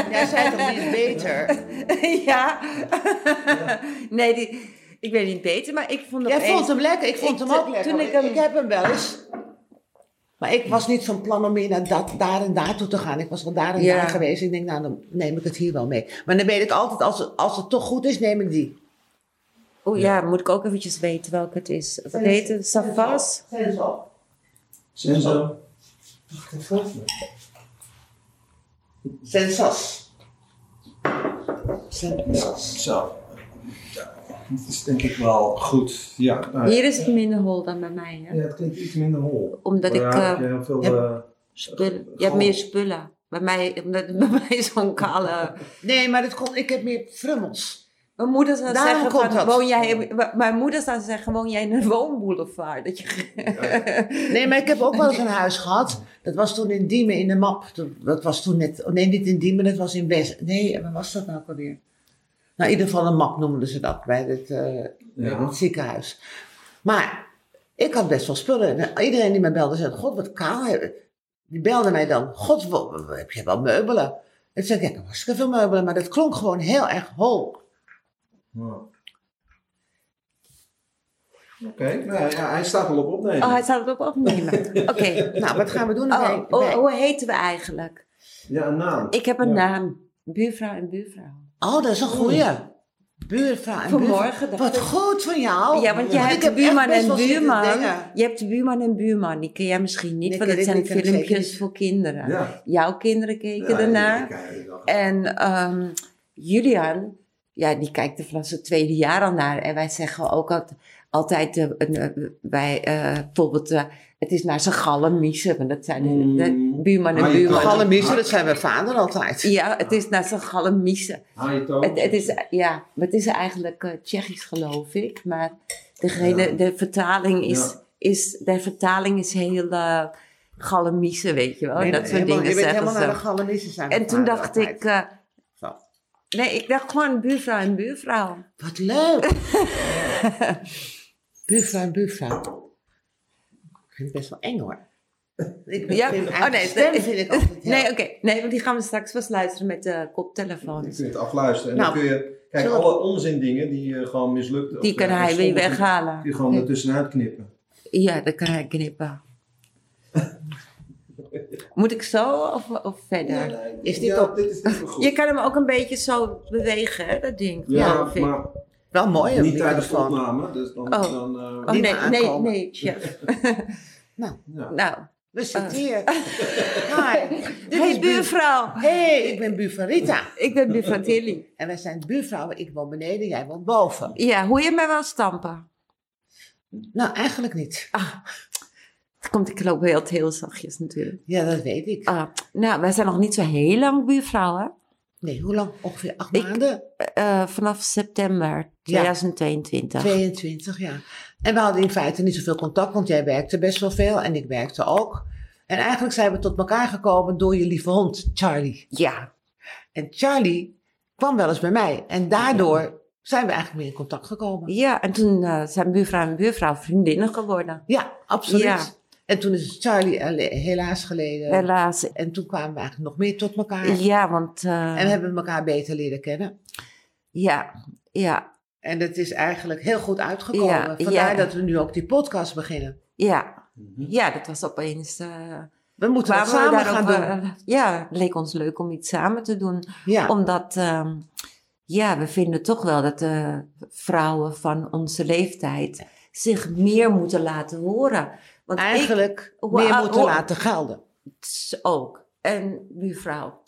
Jij zei toch niet beter? Ja. Nee, ik weet niet beter, maar ik vond Jij vond hem lekker, ik vond hem ook lekker. Ik heb hem wel eens. Maar ik was niet van plan om meer naar daar en daartoe te gaan. Ik was al daar en daar geweest. Ik denk, nou, dan neem ik het hier wel mee. Maar dan weet ik altijd, als het toch goed is, neem ik die. Oh ja, moet ik ook eventjes weten welke het is. Wat heet het? Savas? Senso. Sensas. Zo. Ja, dat is denk ik wel goed. Ja, hier is het minder hol dan bij mij, hè? Ja, het klinkt iets minder hol. Omdat ik... heb je heel veel... spullen. Je hebt meer spullen. Bij mij, omdat het bij mij zo'n kale... Nee, maar ik heb meer frummels. Mijn moeder zou zeggen, mijn moeder zou zeggen, woon jij in een woonboulevard? Nee, maar ik heb ook wel eens een huis gehad. Dat was toen in Diemen in de MAP. Dat was toen net... Nee, niet in Diemen, dat was in West. Nee, waar was dat nou alweer? Nou, in ieder geval een MAP noemden ze dat bij het ziekenhuis. Maar ik had best wel spullen. En iedereen die mij belde zei, god, wat kaal. Die belde mij dan, god, heb je wel meubelen? En toen zei ik, ik heb hartstikke veel meubelen. Maar dat klonk gewoon heel erg hol. Wow. Oké, nou ja, hij staat al op opnemen. Oh, hij staat op opnemen. Oké. Nou, wat gaan we doen? Hoe heten we eigenlijk? Ja, een naam. Ik heb een naam. Buurvrouw en buurvrouw. Oh, dat is een goeie. Buurvrouw en Vanmorgen buurvrouw. Wat goed van jou. Ja, want je hebt de buurman en buurman. Je hebt de buurman en buurman. Die ken jij misschien niet, want het zijn filmpjes voor kinderen. Ja. Jouw kinderen keken ernaar. En Julian... Ja, die kijkt er vanaf zijn tweede jaar al naar. En wij zeggen ook altijd bijvoorbeeld, het is naar zijn gallemiezen. Want dat zijn de buurman en buurman. Gallemiezen, dat zijn mijn vader altijd. Ja, het is naar zijn gallemiezen. Het is eigenlijk Tsjechisch, geloof ik. Maar de vertaling is heel gallemiezen, weet je wel. En dat soort dingen zeggen ze. Helemaal naar de gallemiezen zijn. En toen dacht ik... Nee, ik dacht gewoon buurvrouw en buurvrouw. Wat leuk! Buurvrouw en buurvrouw. Ik vind het best wel eng, hoor. Vind ik altijd Nee, want die gaan we straks vast luisteren met de koptelefoon. Je kunt het afluisteren. En dan kun je... Kijk, alle onzin-dingen die gewoon mislukt... Die kan hij weer weghalen. Die gewoon ertussenuit knippen. Ja, dat kan hij knippen. Moet ik zo of verder? Ja, nee, dit is niet goed. Je kan hem ook een beetje zo bewegen, hè, dat ding. Ja, maar... Wel mooi. Niet tijdens de opname, dus dan... nee, chef. Nou. We zitten hier. Hi. Hey, buurvrouw. Hey, ik ben buurvrouw Rita. Ik ben buurvrouw Tilly. En wij zijn buurvrouwen. Ik woon beneden, jij woont boven. Ja, hoe je mij wel stampen? Nou, eigenlijk niet. Ik loop heel zachtjes natuurlijk. Ja, dat weet ik. Nou, wij zijn nog niet zo heel lang buurvrouwen. Nee, hoe lang? Ongeveer 8 maanden? Vanaf september 2022. 22, ja. En we hadden in feite niet zoveel contact, want jij werkte best wel veel en ik werkte ook. En eigenlijk zijn we tot elkaar gekomen door je lieve hond, Charlie. Ja. En Charlie kwam wel eens bij mij en daardoor zijn we eigenlijk meer in contact gekomen. Ja, en toen zijn buurvrouw en buurvrouw vriendinnen geworden. Ja, absoluut. Ja. En toen is Charlie helaas geleden. Helaas. En toen kwamen we eigenlijk nog meer tot elkaar. Ja, want... En we hebben elkaar beter leren kennen. Ja. En het is eigenlijk heel goed uitgekomen. Vandaar dat we nu ook die podcast beginnen. Ja, dat was opeens... we moeten het samen gaan doen. Het leek ons leuk om iets samen te doen. Ja. Omdat... we vinden toch wel dat de vrouwen van onze leeftijd zich meer moeten laten horen. Want eigenlijk meer moeten laten gelden. Ook. En buurvrouw.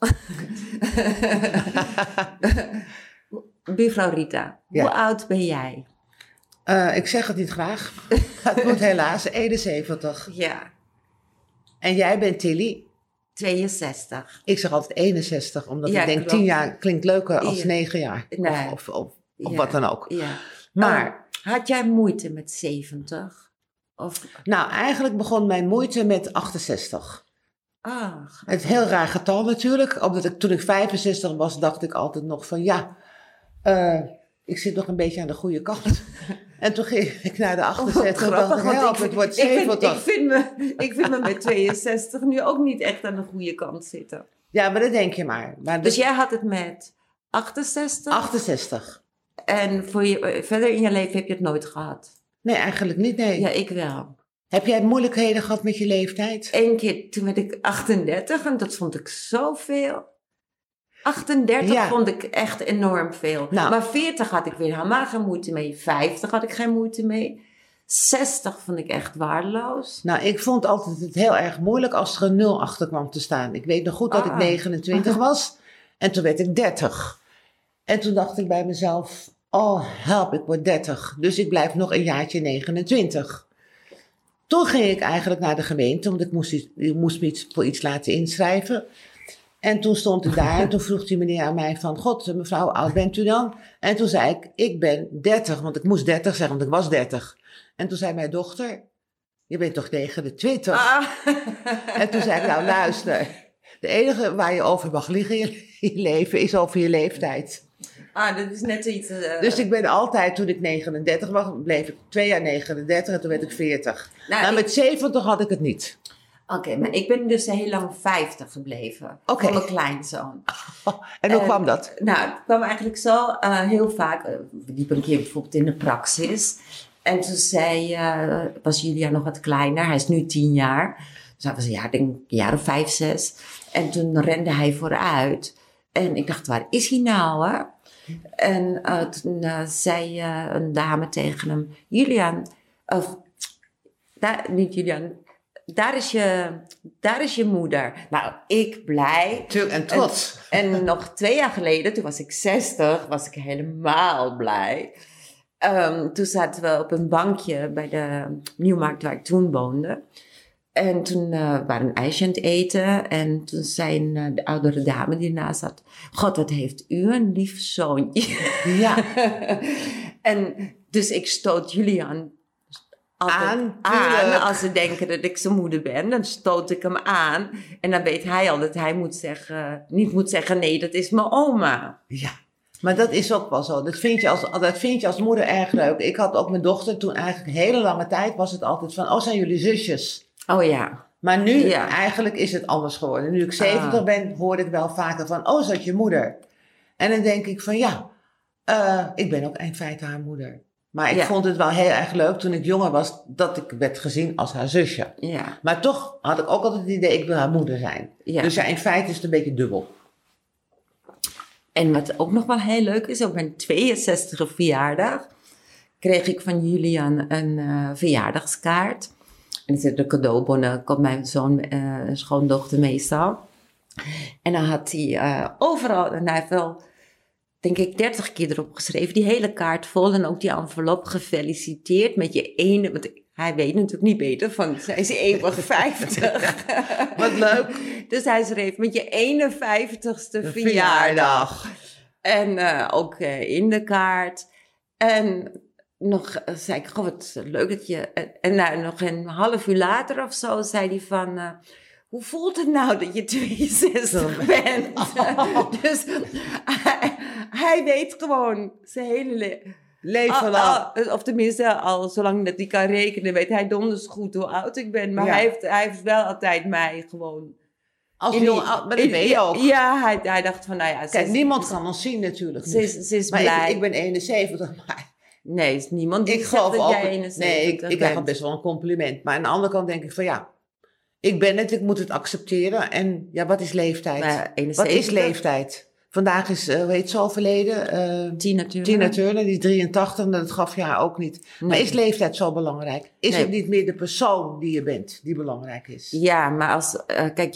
Buurvrouw Rita, hoe oud ben jij? Ik zeg het niet graag. Het moet helaas 71. Ja. En jij bent Tilly? 62. Ik zeg altijd 61, omdat ik denk 10 jaar klinkt leuker als 9 jaar. Nee. Of wat dan ook. Ja. Maar had jij moeite met 70? Of... Nou, eigenlijk begon mijn moeite met 68. Het is een heel raar getal natuurlijk. Omdat toen ik 65 was, dacht ik altijd nog van ik zit nog een beetje aan de goede kant. En toen ging ik naar de 68 en dacht help, het wordt 70. Ik vind me met 62 nu ook niet echt aan de goede kant zitten. Ja, maar dat denk je maar. Dus jij had het met 68? 68. En verder in je leven heb je het nooit gehad? Nee, eigenlijk niet, nee. Ja, ik wel. Heb jij moeilijkheden gehad met je leeftijd? Eén keer, toen werd ik 38 en dat vond ik zoveel. 38 vond ik echt enorm veel. Nou, maar 40 had ik weer helemaal geen moeite mee. 50 had ik geen moeite mee. 60 vond ik echt waardeloos. Nou, ik vond altijd het heel erg moeilijk als er een 0 achter kwam te staan. Ik weet nog goed dat ik 29 was en toen werd ik 30. En toen dacht ik bij mezelf, oh help, ik word 30. Dus ik blijf nog een jaartje 29. Toen ging ik eigenlijk naar de gemeente, want ik moest me voor iets laten inschrijven. En toen stond ik daar en toen vroeg die meneer aan mij van, God, mevrouw, hoe oud bent u dan? En toen zei ik ben 30, want ik moest 30 zeggen, want ik was 30. En toen zei mijn dochter, je bent toch 29? En toen zei ik, nou luister, de enige waar je over mag liegen in je leven is over je leeftijd. Dat is net iets... Dus ik ben altijd, toen ik 39 was, bleef ik 2 jaar 39 en toen werd ik 40. Nou, met 70 had ik het niet. Oké, maar ik ben dus heel lang 50 gebleven. Voor mijn kleinzoon. En hoe kwam dat? Nou, het kwam eigenlijk zo heel vaak. We liepen een keer bijvoorbeeld in de praxis. En toen was Julia nog wat kleiner. Hij is nu 10 jaar. Dus hij was een jaar of 5, 6. En toen rende hij vooruit. En ik dacht, waar is hij nou, hè? En toen zei een dame tegen hem, Julian, niet Julian, daar is je moeder. Nou, ik blij. Tuurlijk en trots. En nog 2 jaar geleden, toen was ik 60, was ik helemaal blij. Toen zaten we op een bankje bij de Nieuwmarkt waar ik toen woonde. En toen waren we een ijsje aan het eten. En toen zei de oudere dame die ernaast zat, God, wat heeft u een lief zoontje. Ja. En dus ik stoot Julian aan. Als ze denken dat ik zijn moeder ben, dan stoot ik hem aan. En dan weet hij al dat hij niet moet zeggen, nee, dat is mijn oma. Ja, maar dat is ook wel zo. Dat vind je als moeder erg leuk. Ik had ook mijn dochter, toen eigenlijk een hele lange tijd was het altijd van, zijn jullie zusjes? Oh ja. Maar nu eigenlijk is het anders geworden. Nu ik 70 ben, hoor ik wel vaker van, is dat je moeder? En dan denk ik van, ik ben ook in feite haar moeder. Maar ik vond het wel heel erg leuk toen ik jonger was, dat ik werd gezien als haar zusje. Ja. Maar toch had ik ook altijd het idee, ik wil haar moeder zijn. Ja. Dus in feite is het een beetje dubbel. En wat ook nog wel heel leuk is, op mijn 62e verjaardag kreeg ik van Julian een verjaardagskaart. En er zitten cadeaubonnen, komt mijn schoondochter meestal. En dan had hij overal, en hij heeft wel, denk ik, 30 keer erop geschreven, die hele kaart vol en ook die envelop gefeliciteerd met je ene, want hij weet natuurlijk niet beter, van hij is eeuwig 50. Wat leuk. Dus hij schreef met je 51ste verjaardag. En ook in de kaart. En nog zei ik, wat leuk dat je... En nog een half uur later of zo zei hij van... hoe voelt het nou dat je 62 bent? Dus hij weet gewoon zijn hele leven lang. Of tenminste, al zolang dat hij kan rekenen, weet hij donders goed hoe oud ik ben. Maar hij heeft wel altijd mij gewoon... Maar dat ben je ook. Ja, hij dacht van, Kijk, niemand kan ons zien natuurlijk. Ze is maar blij. Ik ben 71, maar... Nee, is niemand die ik zegt dat ook, jij 71 nee, bent. ik krijg het best wel een compliment. Maar aan de andere kant denk ik van ik ben het, ik moet het accepteren. En wat is leeftijd? 71. Wat is leeftijd? Vandaag is, hoe heet ze overleden? Tina Turner, die is 83, en dat gaf je haar ook niet. Nee. Maar is leeftijd zo belangrijk? Is het niet meer de persoon die je bent, die belangrijk is? Ja, maar als, kijk,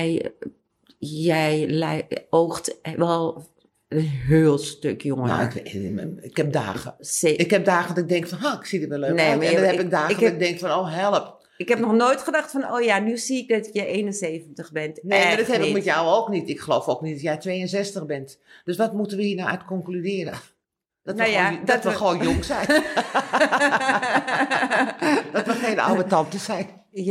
jij oogt wel een heel stuk jonger. Nou, ik heb dagen. Ik heb dagen dat ik denk van, ik zie er wel leuk uit. En dan heb ik dagen dat ik denk van, help. Ik heb nog nooit gedacht van, nu zie ik dat je 71 bent. Nee, maar dat heb ik met jou ook niet. Ik geloof ook niet dat jij 62 bent. Dus wat moeten we hier nou uit concluderen? Dat we gewoon jong zijn. Dat we geen oude tantes zijn.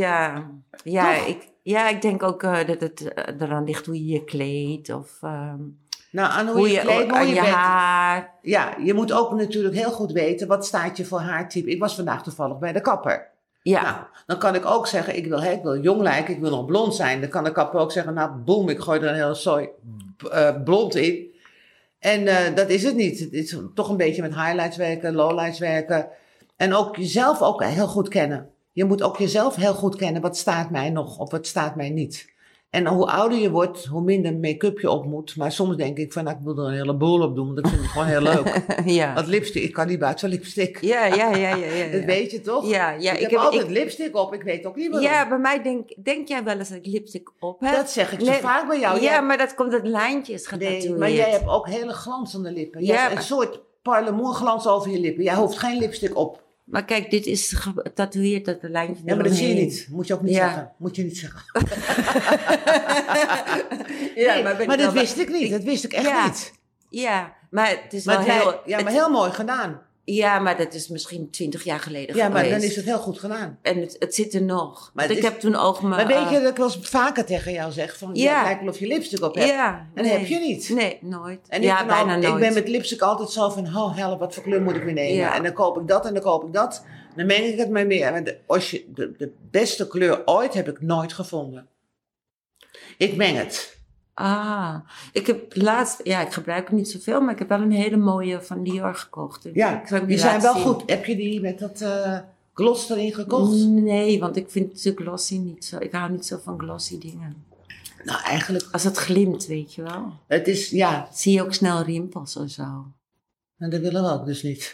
Ik denk ook dat het eraan ligt hoe je je kleedt. Of aan hoe je kleedt, aan je haar. Ja, je moet ook natuurlijk heel goed weten, wat staat je voor haartype. Ik was vandaag toevallig bij de kapper. Ja. Nou, dan kan ik ook zeggen, ik wil jong lijken, ik wil nog blond zijn. Dan kan de kapper ook zeggen, nou boem, ik gooi er een hele zooi blond in. En dat is het niet. Het is toch een beetje met highlights werken, lowlights werken. En ook jezelf ook heel goed kennen. Je moet ook jezelf heel goed kennen. Wat staat mij nog of wat staat mij niet. En hoe ouder je wordt, hoe minder make-up je op moet. Maar soms denk ik van, ik wil er een heleboel op doen. Want ik vind het gewoon heel leuk. Ja. Want lipstick, ik kan niet buiten lipstick. Ja. Dat weet je toch? Ja. Ik heb altijd lipstick op. Ik weet ook niet waarom. Ja, bij mij denk jij wel eens dat ik lipstick op heb? Dat zeg ik zo vaak bij jou. Ja, maar dat komt, het lijntje is getatoeëerd. Nee, maar jij hebt ook hele glanzende lippen. Jij hebt een soort parlemoerglans over je lippen. Jij hoeft geen lipstick op. Maar kijk, dit is getatoeëerd, dat lijntje. Ja, maar dat zie je niet. Moet je ook niet zeggen. Moet je niet zeggen. Maar dat wist ik niet. Dat wist ik echt niet. Ja, maar het is wel heel... Ja, maar heel mooi gedaan. Ja, maar dat is misschien 20 jaar geleden geweest. Maar dan is het heel goed gedaan. En het zit er nog. Maar ik heb toen ook maar weet je dat ik wel eens vaker tegen jou zeg van... Ja, lijkt wel of je lipstick op hebt. Ja. En dat heb je niet. Nee, nooit. En bijna nooit. Ik ben met lipstick altijd zo van... Oh, help, wat voor kleur moet ik weer nemen? Ja. En dan koop ik dat en dan koop ik dat. Dan meng ik het maar meer. De beste kleur ooit heb ik nooit gevonden. Ik meng het. Ik heb laatst... Ja, ik gebruik het niet zoveel, maar ik heb wel een hele mooie van Dior gekocht. Ja, die zijn wel goed. Heb je die met dat gloss erin gekocht? Nee, want ik vind de glossy niet zo... Ik hou niet zo van glossy dingen. Nou, eigenlijk... Als het glimt, weet je wel. Het is, ja... Zie je ook snel rimpels of zo. Nou, dat willen we ook dus niet.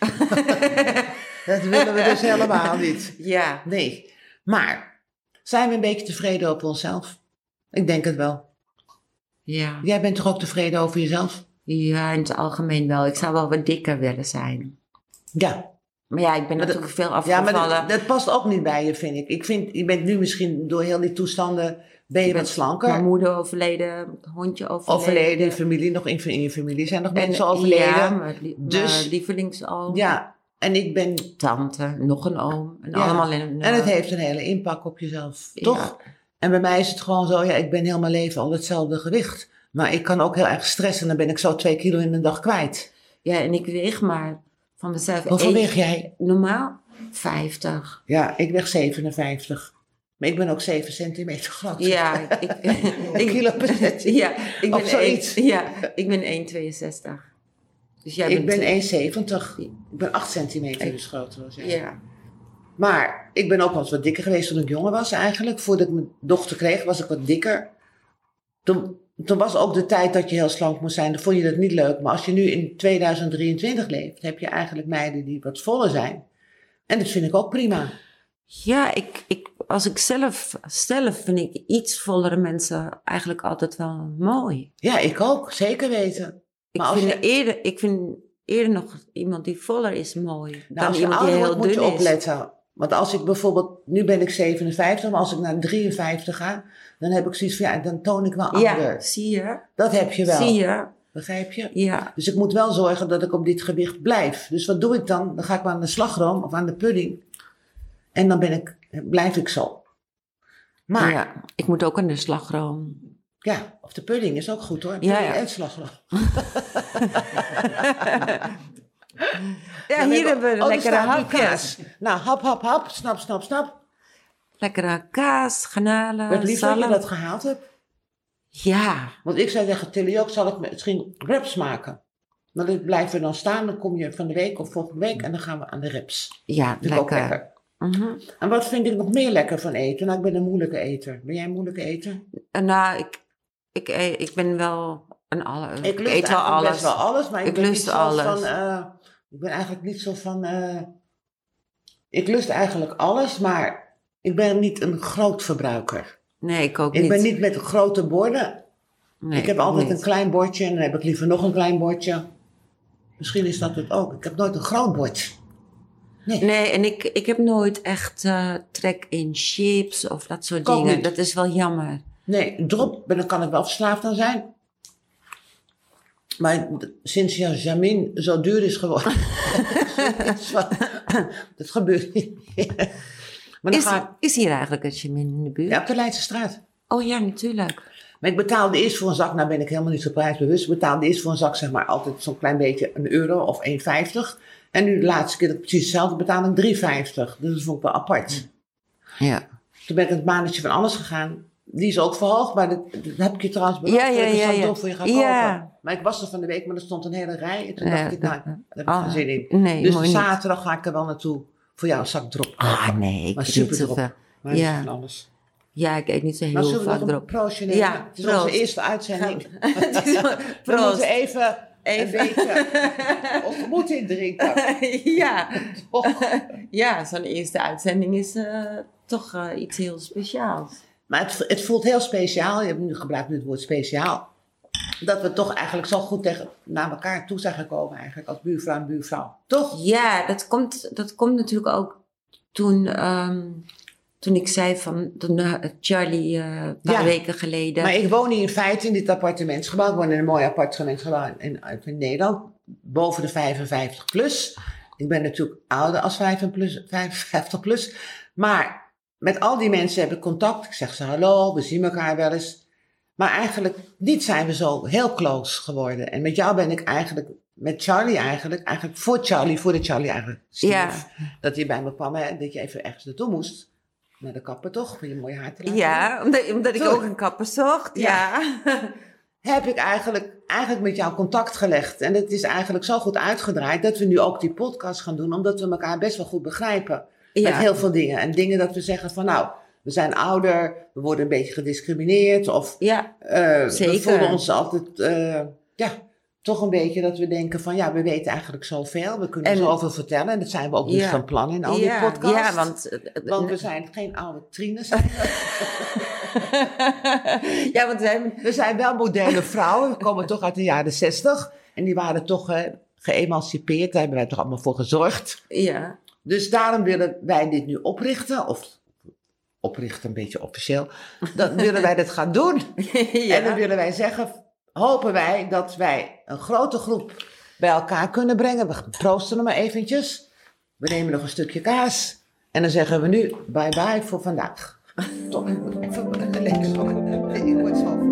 Dat willen we dus helemaal niet. Ja. Nee. Maar, zijn we een beetje tevreden over onszelf? Ik denk het wel. Ja. Jij bent toch ook tevreden over jezelf? Ja, in het algemeen wel. Ik zou wel wat dikker willen zijn. Ja. Maar ja, ik ben natuurlijk veel afgevallen. Ja, maar dat past ook niet bij je, vind ik. Ik vind, je bent nu misschien door heel die toestanden, ben je wat slanker. Mijn moeder overleden, hondje overleden. In familie, nog in je familie zijn nog mensen overleden. Ja, mijn lievelingsoom. Ja, en ik ben... Tante, nog een oom. En allemaal in een... En het heeft een hele impact op jezelf, toch? En bij mij is het gewoon zo, ik ben heel mijn leven al hetzelfde gewicht. Maar ik kan ook heel erg stressen en dan ben ik zo 2 kilo in een dag kwijt. Ja, en ik weeg maar van mezelf... Hoeveel weeg jij? Normaal 50. Ja, ik weeg 57. Maar ik ben ook 7 centimeter groot. Ja, ik kilo per cent. Ja, ik ben 1,62. Dus jij ik ben 1,70. Ik ben 8 centimeter dus groter. Ja. Maar ik ben ook wel eens wat dikker geweest toen ik jonger was eigenlijk. Voordat ik mijn dochter kreeg was ik wat dikker. Toen was ook de tijd dat je heel slank moest zijn. Dan vond je dat niet leuk. Maar als je nu in 2023 leeft, heb je eigenlijk meiden die wat voller zijn. En dat vind ik ook prima. Ja, als ik zelf vind ik iets vollere mensen eigenlijk altijd wel mooi. Ja, ik ook. Zeker weten. Ik vind eerder nog iemand die voller is mooi. Nou, dan iemand die heel dun is. Moet je opletten. Want als ik bijvoorbeeld, nu ben ik 57, maar als ik naar 53 ga, dan heb ik zoiets van, dan toon ik wel ander. Ja, zie je. Dat heb je wel. Zie je. Begrijp je? Ja. Dus ik moet wel zorgen dat ik op dit gewicht blijf. Dus wat doe ik dan? Dan ga ik maar aan de slagroom of aan de pudding. En dan blijf ik zo. Maar... Ja, ik moet ook aan de slagroom. Ja, of de pudding is ook goed hoor. Ja. En slagroom. Ja, hier hebben we lekkere hapjes. Nou, hap, snap. Lekkere kaas, garnalen, Wat lief dat je dat gehaald hebt. Ja. Want ik zei tegen Tilly ook, zal ik misschien wraps maken? Maar dan blijven we dan staan, dan kom je van de week of volgende week en dan gaan we aan de wraps. Ja, lekker. Mm-hmm. En wat vind ik nog meer lekker van eten? Nou, ik ben een moeilijke eter. Ben jij een moeilijke eter? Nou, ik ben wel een alles. Ik eet wel alles. Best wel alles, maar ik ben lust niet zo alles. Ik ben eigenlijk niet zo van... ik lust eigenlijk alles, maar ik ben niet een groot verbruiker. Nee, ik ook niet. Ik ben niet met grote borden. Nee, ik heb altijd een klein bordje en dan heb ik liever nog een klein bordje. Misschien is dat het ook. Ik heb nooit een groot bordje. Nee, en ik heb nooit echt trek in chips of dat soort Kom dingen. niet. Dat is wel jammer. Nee, drop, dan kan ik wel verslaafd aan zijn. Maar sinds Jasmin zo duur is geworden. Dat gebeurt niet meer. Maar is hier eigenlijk een Jasmin in de buurt? Ja, op de Leidse straat. Oh ja, natuurlijk. Maar ik betaalde eerst voor een zak, nou ben ik helemaal niet zo prijsbewust. Ik betaalde eerst voor een zak zeg maar altijd zo'n klein beetje €1 of 1,50. En nu de laatste keer dat ik precies hetzelfde betaalde ik 3,50. Dus dat vond ik wel apart. Ja. Toen ben ik het maandje van alles gegaan. Die is ook verhoogd, maar dat heb ik je trouwens beloofd. Dat ik zo doof voor je ga kopen. Maar ik was er van de week, maar er stond een hele rij. En toen dacht ik, daar heb ik geen zin in. Nee, dus zaterdag ga ik er wel naartoe voor jou een zak drop. Nee, ik maar super drop. Maar van alles. Ja, ik eet niet zo heel vaak drop. Een proostje nemen? Ja, het is onze eerste uitzending. We moeten even een beetje ontmoet indrinken. Ja. Ja, zo'n eerste uitzending is toch iets heel speciaals. Maar het voelt heel speciaal. Je hebt nu gebruikt het woord speciaal. Dat we toch eigenlijk zo goed naar elkaar toe zijn gekomen eigenlijk. Als buurvrouw en buurvrouw. Toch? Ja, dat komt natuurlijk ook toen ik zei toen Charlie een paar weken geleden. Maar ik woon hier in feite in dit appartementsgebouw. Ik woon in een mooi appartementsgebouw in Nederland. Boven de 55 plus. Ik ben natuurlijk ouder als 55 plus. Maar met al die mensen heb ik contact. Ik zeg ze hallo, we zien elkaar wel eens. Maar eigenlijk niet zijn we zo heel close geworden. En met jou ben ik eigenlijk, met Charlie eigenlijk voor de Charlie eigenlijk stierf. Ja. Dat hij bij me kwam, hè, dat je even ergens naartoe moest. Naar de kapper toch, voor je mooie haar te laten. Ja, omdat ik ook een kapper zocht. Ja. Heb ik eigenlijk met jou contact gelegd. En het is eigenlijk zo goed uitgedraaid dat we nu ook die podcast gaan doen. Omdat we elkaar best wel goed begrijpen. Met heel veel dingen. En dingen dat we zeggen van nou, we zijn ouder. We worden een beetje gediscrimineerd. Of zeker. We voelen ons altijd toch een beetje dat we denken van ja, we weten eigenlijk zoveel. We kunnen zoveel vertellen. En dat zijn we ook niet van plan in al die podcasts. Ja, want we zijn geen oude trines. Ja, want we zijn wel moderne vrouwen. We komen toch uit de jaren 60. En die waren toch geëmancipeerd. Daar hebben wij toch allemaal voor gezorgd. Ja. Dus daarom willen wij dit nu oprichten. Of oprichten, een beetje officieel. Dan willen wij dit gaan doen. En dan willen wij zeggen, hopen wij dat wij een grote groep bij elkaar kunnen brengen. We proosten nog maar eventjes. We nemen nog een stukje kaas. En dan zeggen we nu bye bye voor vandaag. Toch, ik word zo